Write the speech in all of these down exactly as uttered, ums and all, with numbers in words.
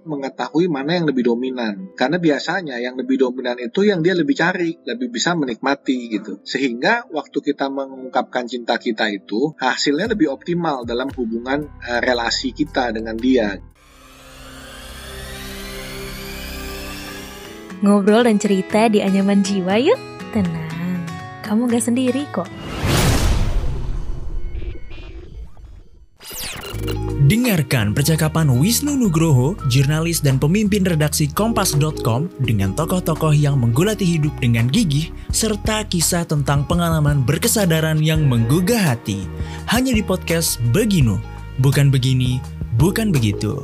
mengetahui mana yang lebih dominan. Karena biasanya yang lebih dominan itu yang dia lebih cari, lebih bisa menikmati gitu. Sehingga waktu kita mengungkapkan cinta kita itu, hasilnya lebih optimal dalam hubungan uh, relasi kita dengan dia. Ngobrol dan cerita di Anyaman Jiwa yuk. Tenang, kamu gak sendiri kok. Dengarkan percakapan Wisnu Nugroho, jurnalis dan pemimpin redaksi kompas dot com dengan tokoh-tokoh yang menggulati hidup dengan gigih, serta kisah tentang pengalaman berkesadaran yang menggugah hati. Hanya di podcast Beginu, bukan begini, bukan begitu.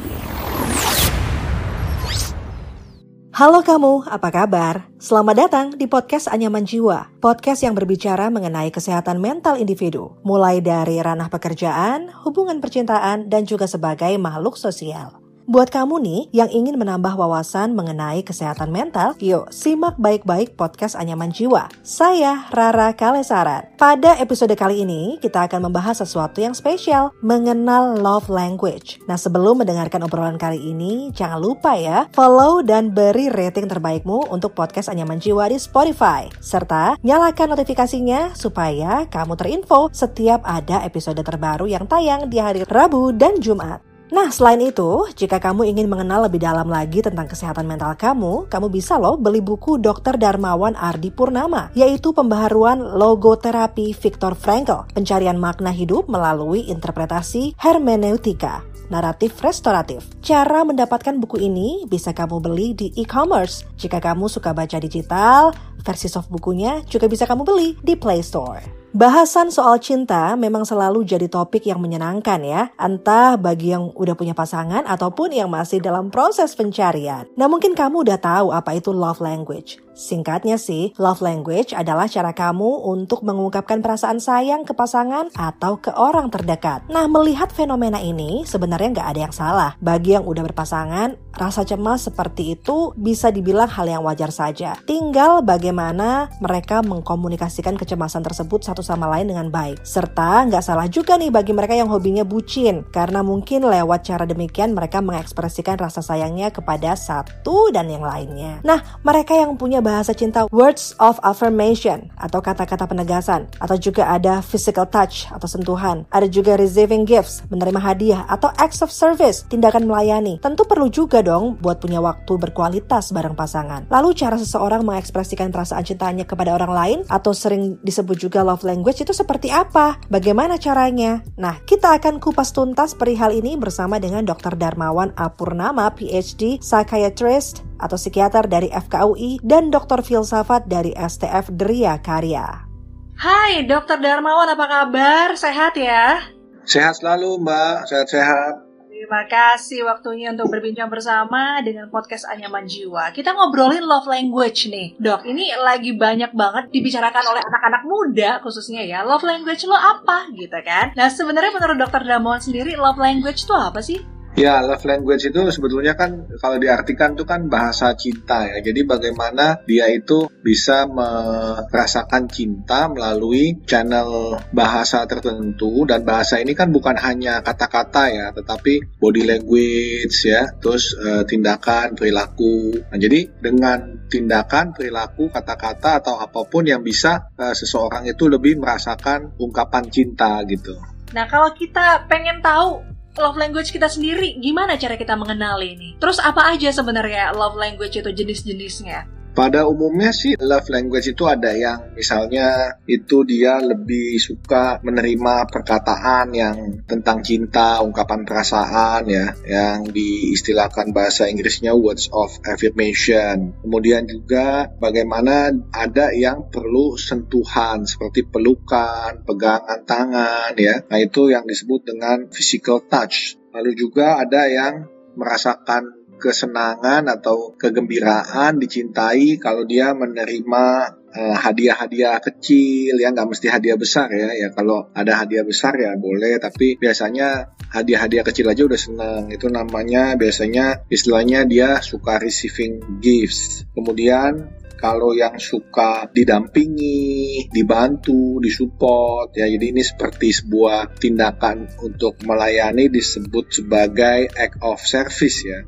Halo kamu, apa kabar? Selamat datang di podcast Anyaman Jiwa, podcast yang berbicara mengenai kesehatan mental individu, mulai dari ranah pekerjaan, hubungan percintaan, dan juga sebagai makhluk sosial. Buat kamu nih yang ingin menambah wawasan mengenai kesehatan mental, yuk simak baik-baik podcast Anyaman Jiwa. Saya Rara Kalesaran. Pada episode kali ini, kita akan membahas sesuatu yang spesial, mengenal love language. Nah, sebelum mendengarkan obrolan kali ini, jangan lupa ya, follow dan beri rating terbaikmu untuk podcast Anyaman Jiwa di Spotify. Serta nyalakan notifikasinya supaya kamu terinfo setiap ada episode terbaru yang tayang di hari Rabu dan Jumat. Nah, selain itu, jika kamu ingin mengenal lebih dalam lagi tentang kesehatan mental kamu, kamu bisa loh beli buku dokter Darmawan Ardi Purnama, yaitu pembaharuan logoterapi Viktor Frankl, pencarian makna hidup melalui interpretasi hermeneutika, naratif restoratif. Cara mendapatkan buku ini bisa kamu beli di e-commerce. Jika kamu suka baca digital, versi soft bukunya juga bisa kamu beli di Play Store. Bahasan soal cinta memang selalu jadi topik yang menyenangkan ya, entah bagi yang udah punya pasangan ataupun yang masih dalam proses pencarian. Nah, mungkin kamu udah tahu apa itu love language. Singkatnya sih, love language adalah cara kamu untuk mengungkapkan perasaan sayang ke pasangan atau ke orang terdekat. Nah, melihat fenomena ini sebenarnya nggak ada yang salah. Bagi yang udah berpasangan, rasa cemas seperti itu bisa dibilang hal yang wajar saja. Tinggal bagaimana mereka mengkomunikasikan kecemasan tersebut satu sama lain dengan baik. Serta nggak salah juga nih bagi mereka yang hobinya bucin, karena mungkin lewat cara demikian mereka mengekspresikan rasa sayangnya kepada satu dan yang lainnya. Nah, mereka yang punya bahasa cinta words of affirmation atau kata-kata penegasan, atau juga ada physical touch atau sentuhan, ada juga receiving gifts, menerima hadiah, atau acts of service, tindakan melayani. Tentu perlu juga dong buat punya waktu berkualitas bareng pasangan. Lalu cara seseorang mengekspresikan perasaan cintanya kepada orang lain atau sering disebut juga love language itu seperti apa? Bagaimana caranya? Nah, kita akan kupas tuntas perihal ini bersama dengan dokter Darmawan A. Purnama, P H D, psychiatrist atau psikiater dari F K U I, dan dokter filsafat dari S T F Dria Karya. Hai, dokter Darmawan, apa kabar? Sehat ya? Sehat selalu, Mbak. Sehat-sehat. Terima kasih waktunya untuk berbincang bersama dengan podcast Anyaman Jiwa. Kita ngobrolin love language nih. Dok, ini lagi banyak banget dibicarakan oleh anak-anak muda khususnya ya. Love language lo apa gitu kan? Nah, sebenarnya menurut dokter Darmawan sendiri, love language itu apa sih? Ya, love language itu sebetulnya kan kalau diartikan itu kan bahasa cinta ya. Jadi bagaimana dia itu bisa merasakan cinta melalui channel bahasa tertentu, dan bahasa ini kan bukan hanya kata-kata ya, tetapi body language ya, terus uh, tindakan, perilaku. Nah, jadi dengan tindakan, perilaku, kata-kata atau apapun yang bisa uh, seseorang itu lebih merasakan ungkapan cinta gitu. Nah, kalau kita pengen tahu love language kita sendiri, gimana cara kita mengenali ini? Terus apa aja sebenarnya love language itu jenis-jenisnya? Pada umumnya sih love language itu ada yang misalnya itu dia lebih suka menerima perkataan yang tentang cinta, ungkapan perasaan ya, yang diistilahkan bahasa Inggrisnya words of affirmation. Kemudian juga bagaimana ada yang perlu sentuhan seperti pelukan, pegangan tangan ya. Nah, itu yang disebut dengan physical touch. Lalu juga ada yang merasakan kesenangan atau kegembiraan, dicintai kalau dia menerima uh, hadiah-hadiah kecil ya, nggak mesti hadiah besar ya. Ya kalau ada hadiah besar ya boleh, tapi biasanya hadiah-hadiah kecil aja udah senang. Itu namanya biasanya istilahnya dia suka receiving gifts. Kemudian kalau yang suka didampingi, dibantu, disupport, ya jadi ini seperti sebuah tindakan untuk melayani disebut sebagai act of service ya.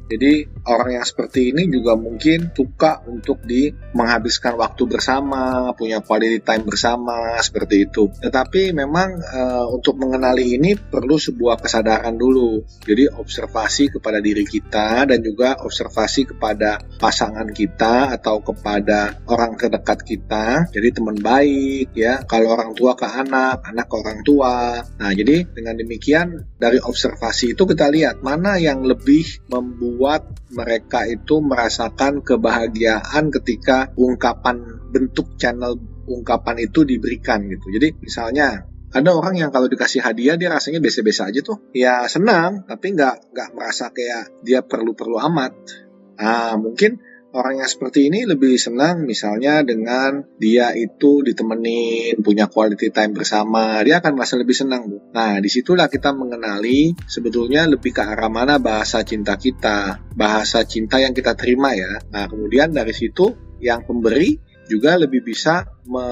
Jadi orang yang seperti ini juga mungkin suka untuk di menghabiskan waktu bersama, punya quality time bersama, seperti itu. Tetapi memang e, untuk mengenali ini perlu sebuah kesadaran dulu. Jadi observasi kepada diri kita dan juga observasi kepada pasangan kita atau kepada orang terdekat kita. Jadi teman baik ya, kalau orang tua ke anak, anak ke orang tua. Nah, jadi dengan demikian dari observasi itu kita lihat mana yang lebih membuat buat mereka itu merasakan kebahagiaan ketika ungkapan bentuk channel ungkapan itu diberikan gitu. Jadi misalnya ada orang yang kalau dikasih hadiah dia rasanya biasa-biasa aja tuh. Ya senang, tapi nggak nggak merasa kayak dia perlu-perlu amat. Nah, mungkin orang yang seperti ini lebih senang misalnya dengan dia itu ditemenin, punya quality time bersama, dia akan merasa lebih senang, Bu. Nah, disitulah kita mengenali sebetulnya lebih ke arah mana bahasa cinta kita, bahasa cinta yang kita terima ya. Nah, kemudian dari situ yang pemberi juga lebih bisa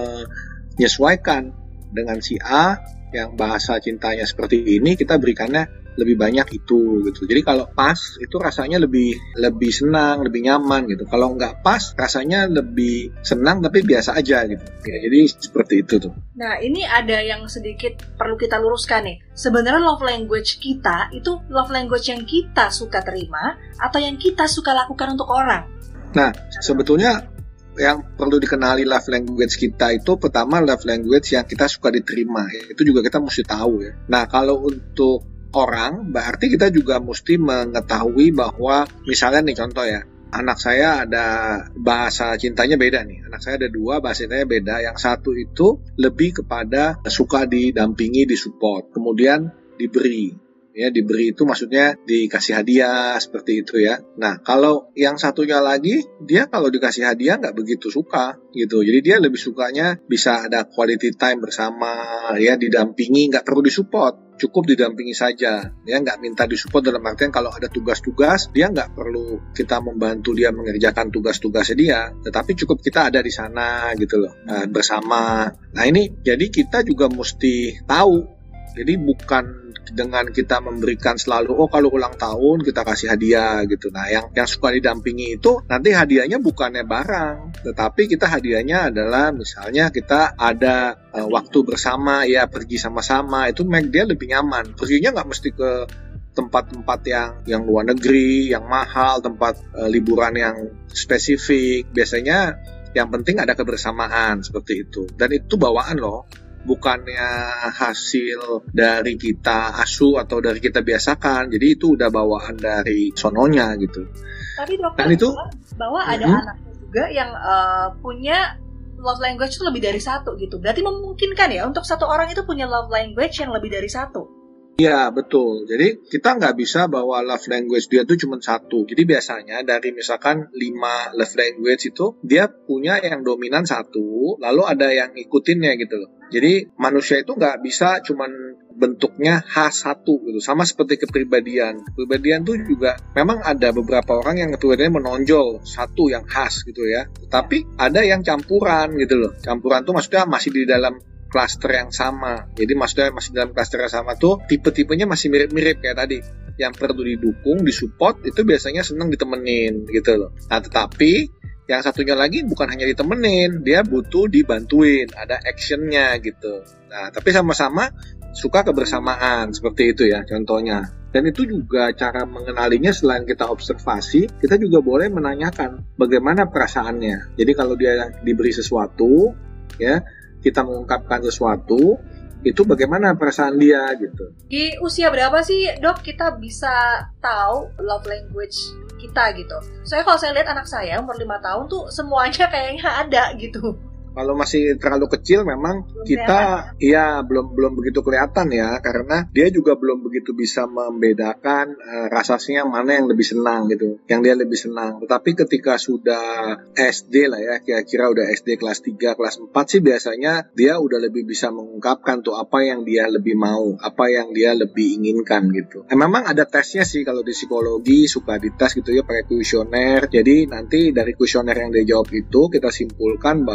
menyesuaikan dengan si A yang bahasa cintanya seperti ini, kita berikannya lebih banyak itu gitu. Jadi kalau pas itu rasanya lebih lebih senang, lebih nyaman gitu. Kalau nggak pas rasanya lebih senang tapi biasa aja gitu. Ya, jadi seperti itu tuh. Nah, ini ada yang sedikit perlu kita luruskan nih. Sebenarnya love language kita itu love language yang kita suka terima atau yang kita suka lakukan untuk orang. Nah, sebetulnya yang perlu dikenali love language kita itu pertama love language yang kita suka diterima. Itu juga kita mesti tahu ya. Nah, kalau untuk orang, berarti kita juga mesti mengetahui bahwa misalnya nih contoh ya, anak saya ada bahasa cintanya beda nih. Anak saya ada dua, bahasa cintanya beda. Yang satu itu lebih kepada suka didampingi, disupport, kemudian diberi. Ya, diberi itu maksudnya dikasih hadiah seperti itu ya. Nah, kalau yang satunya lagi dia kalau dikasih hadiah nggak begitu suka gitu. Jadi dia lebih sukanya bisa ada quality time bersama, ya didampingi, nggak perlu disupport, cukup didampingi saja. Ya, nggak minta disupport dalam artian kalau ada tugas-tugas dia nggak perlu kita membantu dia mengerjakan tugas-tugasnya dia, tetapi cukup kita ada di sana gitu loh, nah, bersama. Nah ini jadi kita juga mesti tahu. Jadi bukan dengan kita memberikan selalu, oh kalau ulang tahun kita kasih hadiah gitu. Nah yang yang suka didampingi itu nanti hadiahnya bukannya barang, tetapi kita hadiahnya adalah misalnya kita ada uh, waktu bersama, ya pergi sama-sama, itu make dia lebih nyaman. Perginya nggak mesti ke tempat-tempat yang yang luar negeri, yang mahal, tempat uh, liburan yang spesifik. Biasanya yang penting ada kebersamaan seperti itu. Dan itu bawaan loh. Bukannya hasil dari kita asuh atau dari kita biasakan, jadi itu udah bawaan dari sononya gitu. Tapi dokter itu bahwa ada mm-hmm. anaknya juga yang uh, punya love language itu lebih dari satu gitu. Berarti memungkinkan ya untuk satu orang itu punya love language yang lebih dari satu. Iya betul, jadi kita nggak bisa bahwa love language dia tuh cuma satu. Jadi biasanya dari misalkan lima love language itu dia punya yang dominan satu, lalu ada yang ngikutinnya gitu loh. Jadi manusia itu nggak bisa cuma bentuknya khas satu gitu, sama seperti kepribadian. Kepribadian tuh juga memang ada beberapa orang yang kepribadiannya menonjol satu yang khas gitu ya, tapi ada yang campuran gitu loh. Campuran tuh maksudnya masih di dalam klaster yang sama. Jadi maksudnya masih dalam klaster yang sama tuh tipe-tipenya masih mirip-mirip kayak tadi. Yang perlu didukung, disupport itu biasanya senang ditemenin gitu loh. Nah tetapi yang satunya lagi bukan hanya ditemenin, dia butuh dibantuin, ada actionnya gitu. Nah tapi sama-sama suka kebersamaan seperti itu ya contohnya. Dan itu juga cara mengenalinya selain kita observasi, kita juga boleh menanyakan bagaimana perasaannya. Jadi kalau dia diberi sesuatu ya, kita mengungkapkan sesuatu, itu bagaimana perasaan dia gitu. Di usia berapa sih dok kita bisa tahu love language kita gitu? Soalnya kalau saya lihat anak saya umur lima tahun tuh semuanya kayaknya ada gitu. Kalau masih terlalu kecil memang belum kita ya belum belum begitu kelihatan ya, karena dia juga belum begitu bisa membedakan uh, rasanya mana yang lebih senang gitu, yang dia lebih senang. Tetapi ketika sudah S D lah ya, kira-kira udah S D kelas tiga, kelas empat sih biasanya dia udah lebih bisa mengungkapkan tuh apa yang dia lebih mau, apa yang dia lebih inginkan gitu. Eh, memang ada tesnya sih kalau di psikologi, suka dites gitu ya pakai kuesioner. Jadi nanti dari kuesioner yang dia jawab itu kita simpulkan bahwa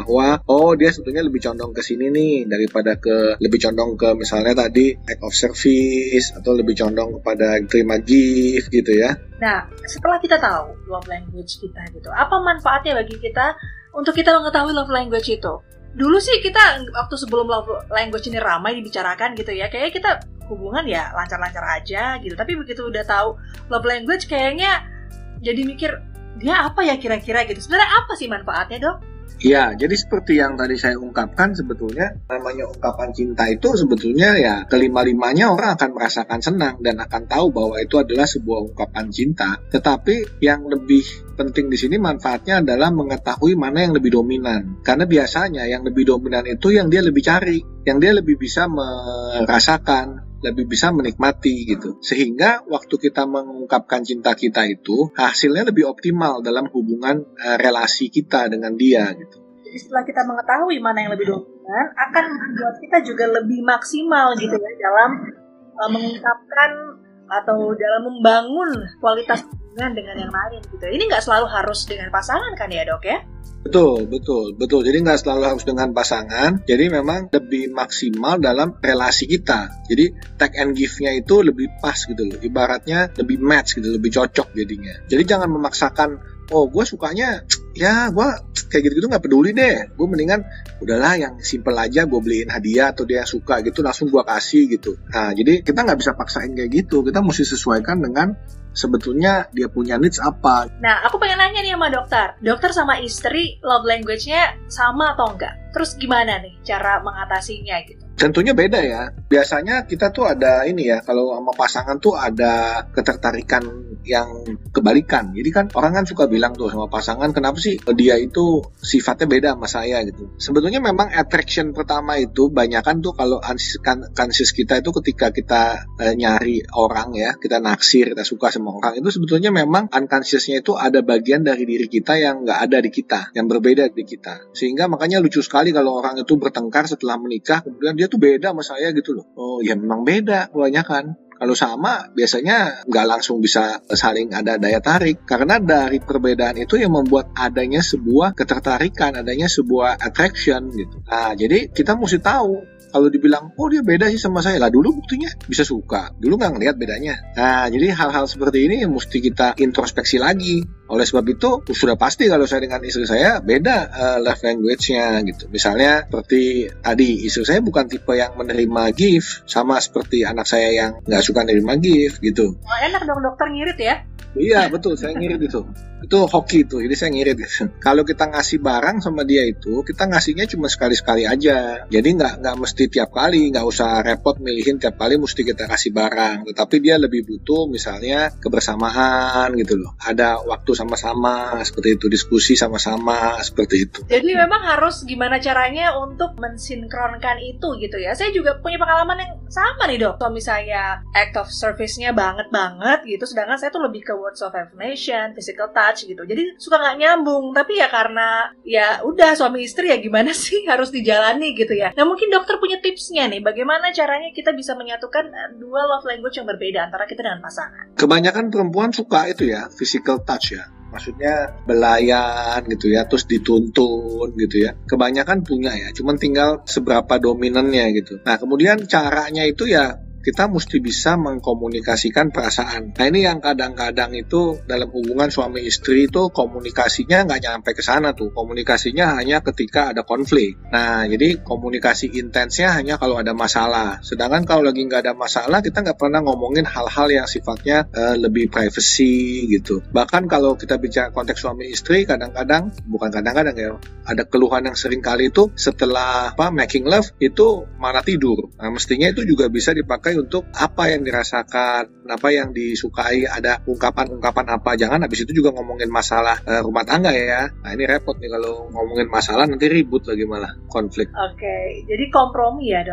oh dia sebetulnya lebih condong ke sini nih daripada ke lebih condong ke misalnya tadi act of service atau lebih condong kepada terima gift gitu ya. Nah, setelah kita tahu love language kita gitu, apa manfaatnya bagi kita untuk kita mengetahui love language itu? Dulu sih kita waktu sebelum love language ini ramai dibicarakan gitu ya, kayaknya kita hubungan ya lancar-lancar aja gitu. Tapi begitu udah tahu love language kayaknya jadi mikir, dia apa ya kira-kira gitu. Sebenarnya apa sih manfaatnya, Dok? Ya, jadi seperti yang tadi saya ungkapkan, sebetulnya namanya ungkapan cinta itu sebetulnya ya kelima-limanya orang akan merasakan senang dan akan tahu bahwa itu adalah sebuah ungkapan cinta. Tetapi yang lebih penting di sini manfaatnya adalah mengetahui mana yang lebih dominan. Karena biasanya yang lebih dominan itu yang dia lebih cari, yang dia lebih bisa merasakan, lebih bisa menikmati gitu. Sehingga waktu kita mengungkapkan cinta kita itu hasilnya lebih optimal dalam hubungan uh, relasi kita dengan dia gitu. Jadi setelah kita mengetahui mana yang lebih dominan, akan membuat kita juga lebih maksimal gitu ya dalam uh, mengungkapkan atau dalam membangun kualitas hubungan dengan yang lain gitu. Ini nggak selalu harus dengan pasangan kan ya, Dok ya? Betul, betul, betul. Jadi nggak selalu harus dengan pasangan. Jadi memang lebih maksimal dalam relasi kita. Jadi take and give-nya itu lebih pas gitu loh. Ibaratnya lebih match gitu, lebih cocok jadinya. Jadi jangan memaksakan, oh gue sukanya, ya gue kayak gitu-gitu nggak peduli deh. Gue mendingan udahlah yang simple aja, gue beliin hadiah atau dia suka gitu langsung gue kasih gitu. Nah jadi kita nggak bisa paksain kayak gitu. Kita mesti sesuaikan dengan sebetulnya dia punya needs apa. Nah, aku pengen nanya nih sama dokter. Dokter sama istri love language-nya sama atau enggak? Terus gimana nih cara mengatasinya gitu? Tentunya beda ya. Biasanya kita tuh ada ini ya, kalau sama pasangan tuh ada ketertarikan yang kebalikan. Jadi kan orang kan suka bilang tuh sama pasangan, kenapa sih dia itu sifatnya beda sama saya gitu. Sebetulnya memang attraction pertama itu banyakan tuh kalau unconscious kita itu ketika kita eh, nyari orang ya, kita naksir, kita suka sama orang, itu sebetulnya memang unconsciousnya itu ada bagian dari diri kita yang nggak ada di kita, yang berbeda di kita. Sehingga makanya lucu sekali kalau orang itu bertengkar setelah menikah, kemudian dia tuh beda sama saya gitu loh. Oh ya memang beda kebanyakan. Kalau sama biasanya nggak langsung bisa saling ada daya tarik. Karena dari perbedaan itu yang membuat adanya sebuah ketertarikan, adanya sebuah attraction gitu. Nah jadi kita mesti tahu. Kalau dibilang, oh dia beda sih sama saya. Lah dulu buktinya bisa suka. Dulu nggak ngelihat bedanya. Nah jadi hal-hal seperti ini yang mesti kita introspeksi lagi. Oleh sebab itu sudah pasti kalau saya dengan istri saya beda uh, love language-nya gitu. Misalnya seperti tadi, istri saya bukan tipe yang menerima gift, sama seperti anak saya yang nggak suka menerima gift gitu. Oh, enak dong dokter ngirit ya? Iya betul, saya ngirit itu. Itu hoki itu, jadi saya ngirit gitu. Kalau kita ngasih barang sama dia itu, kita ngasihnya cuma sekali-sekali aja. Jadi nggak nggak mesti tiap kali, nggak usah repot milihin tiap kali mesti kita kasih barang. Tetapi dia lebih butuh misalnya kebersamaan gitu loh. Ada waktu sama-sama seperti itu, diskusi sama-sama seperti itu. Jadi memang harus gimana caranya untuk mensinkronkan itu gitu ya. Saya juga punya pengalaman yang sama nih dok. Suami saya act of service-nya banget-banget gitu, sedangkan saya tuh lebih ke words of affirmation, physical touch gitu. Jadi suka nggak nyambung, tapi ya karena ya udah suami istri ya gimana sih harus dijalani gitu ya. Nah mungkin dokter punya tipsnya nih, bagaimana caranya kita bisa menyatukan dua love language yang berbeda antara kita dengan pasangan. Kebanyakan perempuan suka itu ya, physical touch ya. Maksudnya belayan gitu ya, terus dituntun gitu ya. Kebanyakan punya ya, cuman tinggal seberapa dominannya gitu. Nah kemudian caranya itu ya kita mesti bisa mengkomunikasikan perasaan. Nah ini yang kadang-kadang itu dalam hubungan suami istri itu komunikasinya nggak nyampe ke sana tuh. Komunikasinya hanya ketika ada konflik. Nah jadi komunikasi intensnya hanya kalau ada masalah. Sedangkan kalau lagi nggak ada masalah kita nggak pernah ngomongin hal-hal yang sifatnya uh, lebih privacy gitu. Bahkan kalau kita bicara konteks suami istri kadang-kadang, bukan kadang-kadang ya, ada keluhan yang sering kali itu setelah apa making love itu malah tidur. Nah mestinya itu juga bisa dipakai untuk apa yang dirasakan, apa yang disukai, ada ungkapan-ungkapan apa. Jangan habis itu juga ngomongin masalah uh, rumah tangga ya. Nah ini repot nih kalau ngomongin masalah nanti ribut lagi malah konflik. Oke, jadi kompromi ya dok?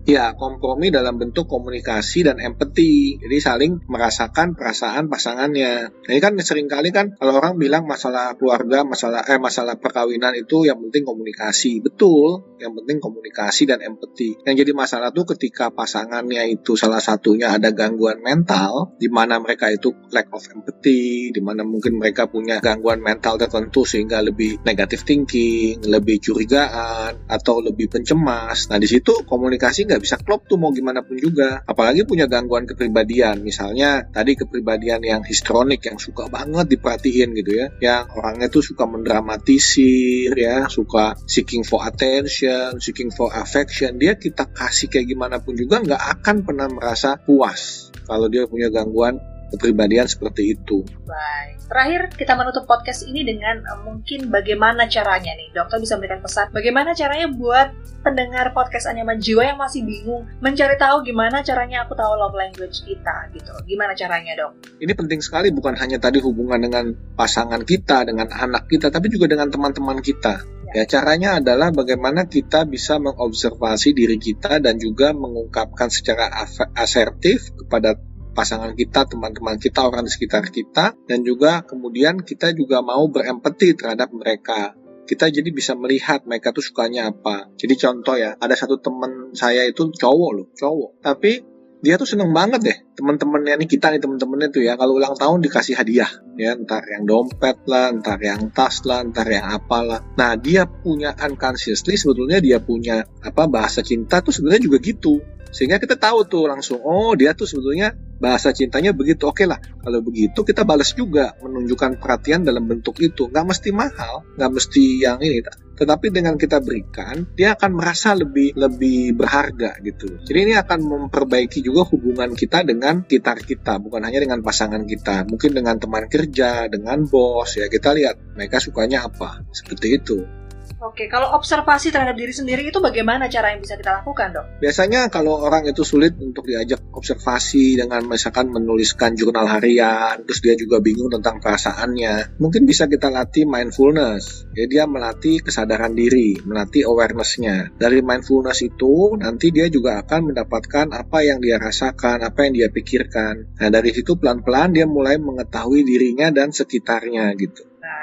Ya, kompromi dalam bentuk komunikasi dan empati. Jadi saling merasakan perasaan pasangannya. Nah, ini kan seringkali kan kalau orang bilang masalah keluarga, masalah eh masalah perkawinan itu yang penting komunikasi. Betul, yang penting komunikasi dan empati. Yang jadi masalah tuh ketika pasangannya itu salah satunya ada gangguan mental, di mana mereka itu lack of empathy, di mana mungkin mereka punya gangguan mental tertentu sehingga lebih negative thinking, lebih curigaan atau lebih pencemas. Nah, di situ komunikasi nggak bisa klop tuh mau gimana pun juga. Apalagi punya gangguan kepribadian, misalnya tadi kepribadian yang histrionik, yang suka banget diperhatiin gitu ya, yang orangnya tuh suka mendramatisir ya, suka seeking for attention, seeking for affection. Dia kita kasih kayak gimana pun juga nggak akan pernah merasa puas kalau dia punya gangguan kepribadian seperti itu. Baik. Terakhir, kita menutup podcast ini dengan uh, mungkin bagaimana caranya nih, dokter bisa memberikan pesan, bagaimana caranya buat pendengar podcast Anyaman Jiwa yang masih bingung, mencari tahu gimana caranya aku tahu love language kita, gitu. Gimana caranya, dok? Ini penting sekali, bukan hanya tadi hubungan dengan pasangan kita, dengan anak kita, tapi juga dengan teman-teman kita. Ya, caranya adalah bagaimana kita bisa mengobservasi diri kita dan juga mengungkapkan secara asertif kepada pasangan kita, teman-teman kita, orang di sekitar kita, dan juga kemudian kita juga mau berempati terhadap mereka. Kita jadi bisa melihat mereka tuh sukanya apa. Jadi contoh ya, ada satu teman saya itu cowok loh, cowok. Tapi dia tuh seneng banget deh, teman-temannya nih, kita nih teman-temannya tuh ya, kalau ulang tahun dikasih hadiah. Ya, entar yang dompet lah, entar yang tas lah, entar yang apalah. Nah, dia punya unconsciously, sebetulnya dia punya apa bahasa cinta tuh sebenarnya juga gitu. Sehingga kita tahu tuh langsung, oh dia tuh sebetulnya bahasa cintanya begitu. Oke lah, kalau begitu kita balas juga, menunjukkan perhatian dalam bentuk itu. Nggak mesti mahal, nggak mesti yang ini, tetapi dengan kita berikan, dia akan merasa lebih lebih berharga gitu. Jadi ini akan memperbaiki juga hubungan kita dengan sekitar kita, bukan hanya dengan pasangan kita, mungkin dengan teman kerja, dengan bos ya. Kita lihat mereka sukanya apa, seperti itu. Oke, kalau observasi terhadap diri sendiri itu bagaimana cara yang bisa kita lakukan, dok? Biasanya kalau orang itu sulit untuk diajak observasi dengan misalkan menuliskan jurnal harian, terus dia juga bingung tentang perasaannya, mungkin bisa kita latih mindfulness. Ya, dia melatih kesadaran diri, melatih awareness-nya. Dari mindfulness itu, nanti dia juga akan mendapatkan apa yang dia rasakan, apa yang dia pikirkan. Nah, dari situ pelan-pelan dia mulai mengetahui dirinya dan sekitarnya gitu.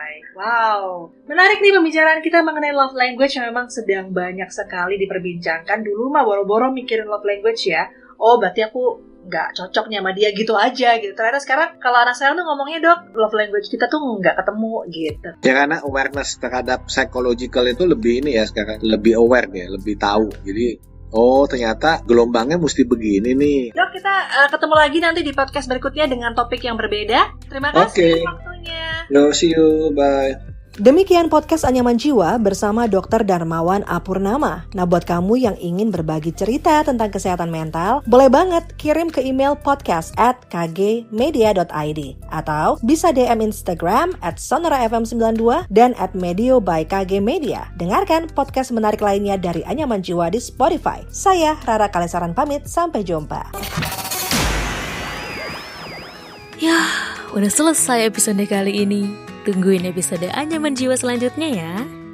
Wow, menarik nih pembicaraan kita mengenai love language yang memang sedang banyak sekali diperbincangkan. Dulu mah boro-boro mikirin love language ya. Oh, berarti aku nggak cocok nih sama dia gitu aja gitu. Ternyata sekarang kalau anak sekarang tuh ngomongnya, dok, love language kita tuh nggak ketemu gitu. Ya karena awareness terhadap psychological itu lebih ini ya sekarang, lebih aware ya, lebih tahu. Jadi oh ternyata gelombangnya mesti begini nih. Dok, kita uh, ketemu lagi nanti di podcast berikutnya dengan topik yang berbeda. Terima kasih okay. waktunya. No, see you, bye. Demikian podcast Anyaman Jiwa bersama dokter Darmawan Apurnama. Nah, buat kamu yang ingin berbagi cerita tentang kesehatan mental, boleh banget kirim ke email podcast at k g media dot i d atau bisa D M Instagram at sonora f m sembilan dua dan at medio by K G Media. Dengarkan podcast menarik lainnya dari Anyaman Jiwa di Spotify. Saya Rara Kalesaran pamit, sampai jumpa. Yah, udah selesai episode kali ini. Tungguin episode Anyaman Jiwa selanjutnya ya.